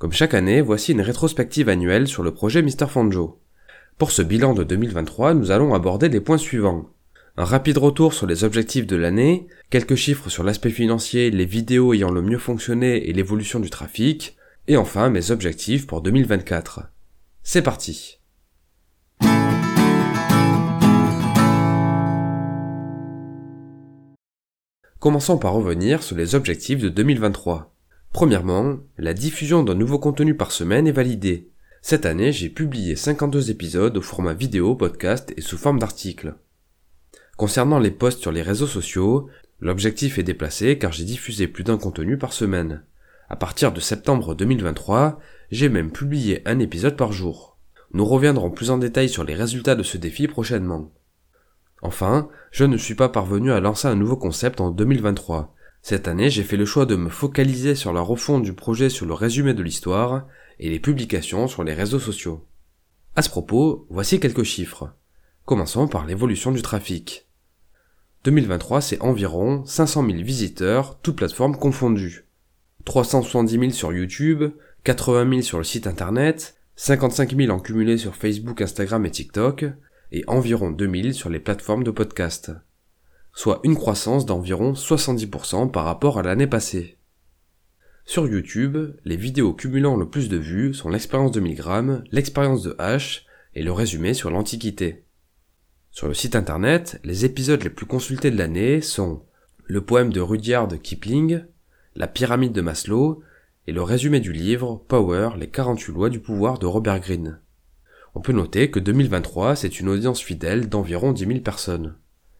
Comme chaque année, voici une rétrospective annuelle sur le projet Mr. Fanjo. Pour ce bilan de 2023, nous allons aborder les points suivants. Un rapide retour sur les objectifs de l'année, quelques chiffres sur l'aspect financier, les vidéos ayant le mieux fonctionné et l'évolution du trafic, et enfin mes objectifs pour 2024. C'est parti. Commençons par revenir sur les objectifs de 2023. Premièrement, la diffusion d'un nouveau contenu par semaine est validée. Cette année, j'ai publié 52 épisodes au format vidéo, podcast et sous forme d'articles. Concernant les posts sur les réseaux sociaux, l'objectif est déplacé car j'ai diffusé plus d'un contenu par semaine. À partir de septembre 2023, j'ai même publié un épisode par jour. Nous reviendrons plus en détail sur les résultats de ce défi prochainement. Enfin, je ne suis pas parvenu à lancer un nouveau concept en 2023. Cette année, j'ai fait le choix de me focaliser sur la refonte du projet sur le résumé de l'histoire et les publications sur les réseaux sociaux. À ce propos, voici quelques chiffres. Commençons par l'évolution du trafic. 2023, c'est environ 500 000 visiteurs, toutes plateformes confondues. 370 000 sur YouTube, 80 000 sur le site internet, 55 000 en cumulé sur Facebook, Instagram et TikTok, et environ 2000 sur les plateformes de podcast. Soit une croissance d'environ 70% par rapport à l'année passée. Sur YouTube, les vidéos cumulant le plus de vues sont l'expérience de Milgram, l'expérience de H et le résumé sur l'Antiquité. Sur le site internet, les épisodes les plus consultés de l'année sont le poème de Rudyard Kipling, la pyramide de Maslow et le résumé du livre Power, les 48 lois du pouvoir de Robert Greene. On peut noter que 2023, c'est une audience fidèle d'environ 10 000 personnes.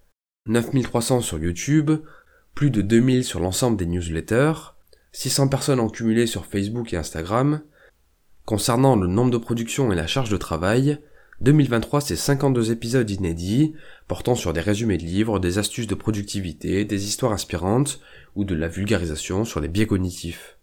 9300 sur YouTube, plus de 2000 sur l'ensemble des newsletters, 600 personnes en cumulé sur Facebook et Instagram. Concernant le nombre de productions et la charge de travail, 2023 c'est 52 épisodes inédits, portant sur des résumés de livres, des astuces de productivité, des histoires inspirantes ou de la vulgarisation sur les biais cognitifs.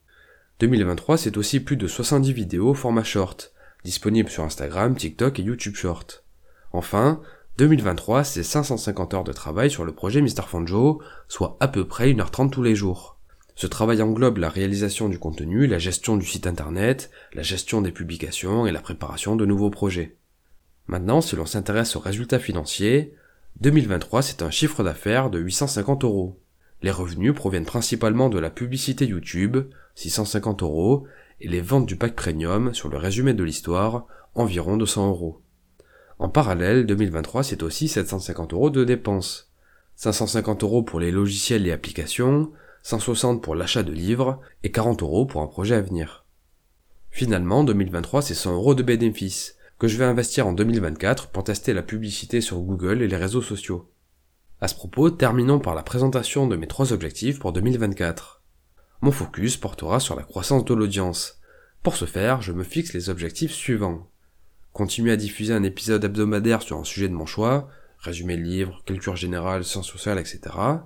2023 c'est aussi plus de 70 vidéos au format short, disponibles sur Instagram, TikTok et YouTube Short. Enfin, 2023 c'est 550 heures de travail sur le projet Mr. Fanjo, soit à peu près 1h30 tous les jours. Ce travail englobe la réalisation du contenu, la gestion du site internet, la gestion des publications et la préparation de nouveaux projets. Maintenant, si l'on s'intéresse aux résultats financiers, 2023 c'est un chiffre d'affaires de 850 €. Les revenus proviennent principalement de la publicité YouTube, 650 €, et les ventes du pack premium sur le résumé de l'histoire, environ 200 €. En parallèle, 2023 c'est aussi 750 € de dépenses. 550 € pour les logiciels et applications, 160 pour l'achat de livres et 40 € pour un projet à venir. Finalement, 2023 c'est 100 € de bénéfices, que je vais investir en 2024 pour tester la publicité sur Google et les réseaux sociaux. À ce propos, terminons par la présentation de mes 3 objectifs pour 2024. Mon focus portera sur la croissance de l'audience. Pour ce faire, je me fixe les objectifs suivants. Continuer à diffuser un épisode hebdomadaire sur un sujet de mon choix, résumé de livre, culture générale, sciences sociales, etc.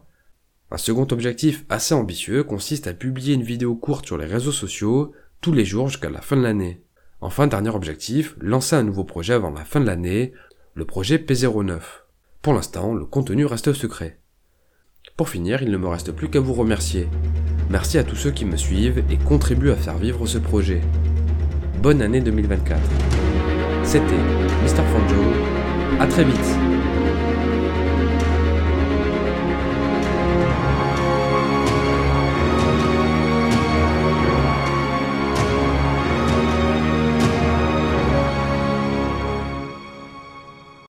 Un second objectif assez ambitieux consiste à publier une vidéo courte sur les réseaux sociaux tous les jours jusqu'à la fin de l'année. Enfin, dernier objectif, lancer un nouveau projet avant la fin de l'année, le projet P09. Pour l'instant, le contenu reste secret. Pour finir, il ne me reste plus qu'à vous remercier. Merci à tous ceux qui me suivent et contribuent à faire vivre ce projet. Bonne année 2024. C'était Mr. Fanjo. À très vite.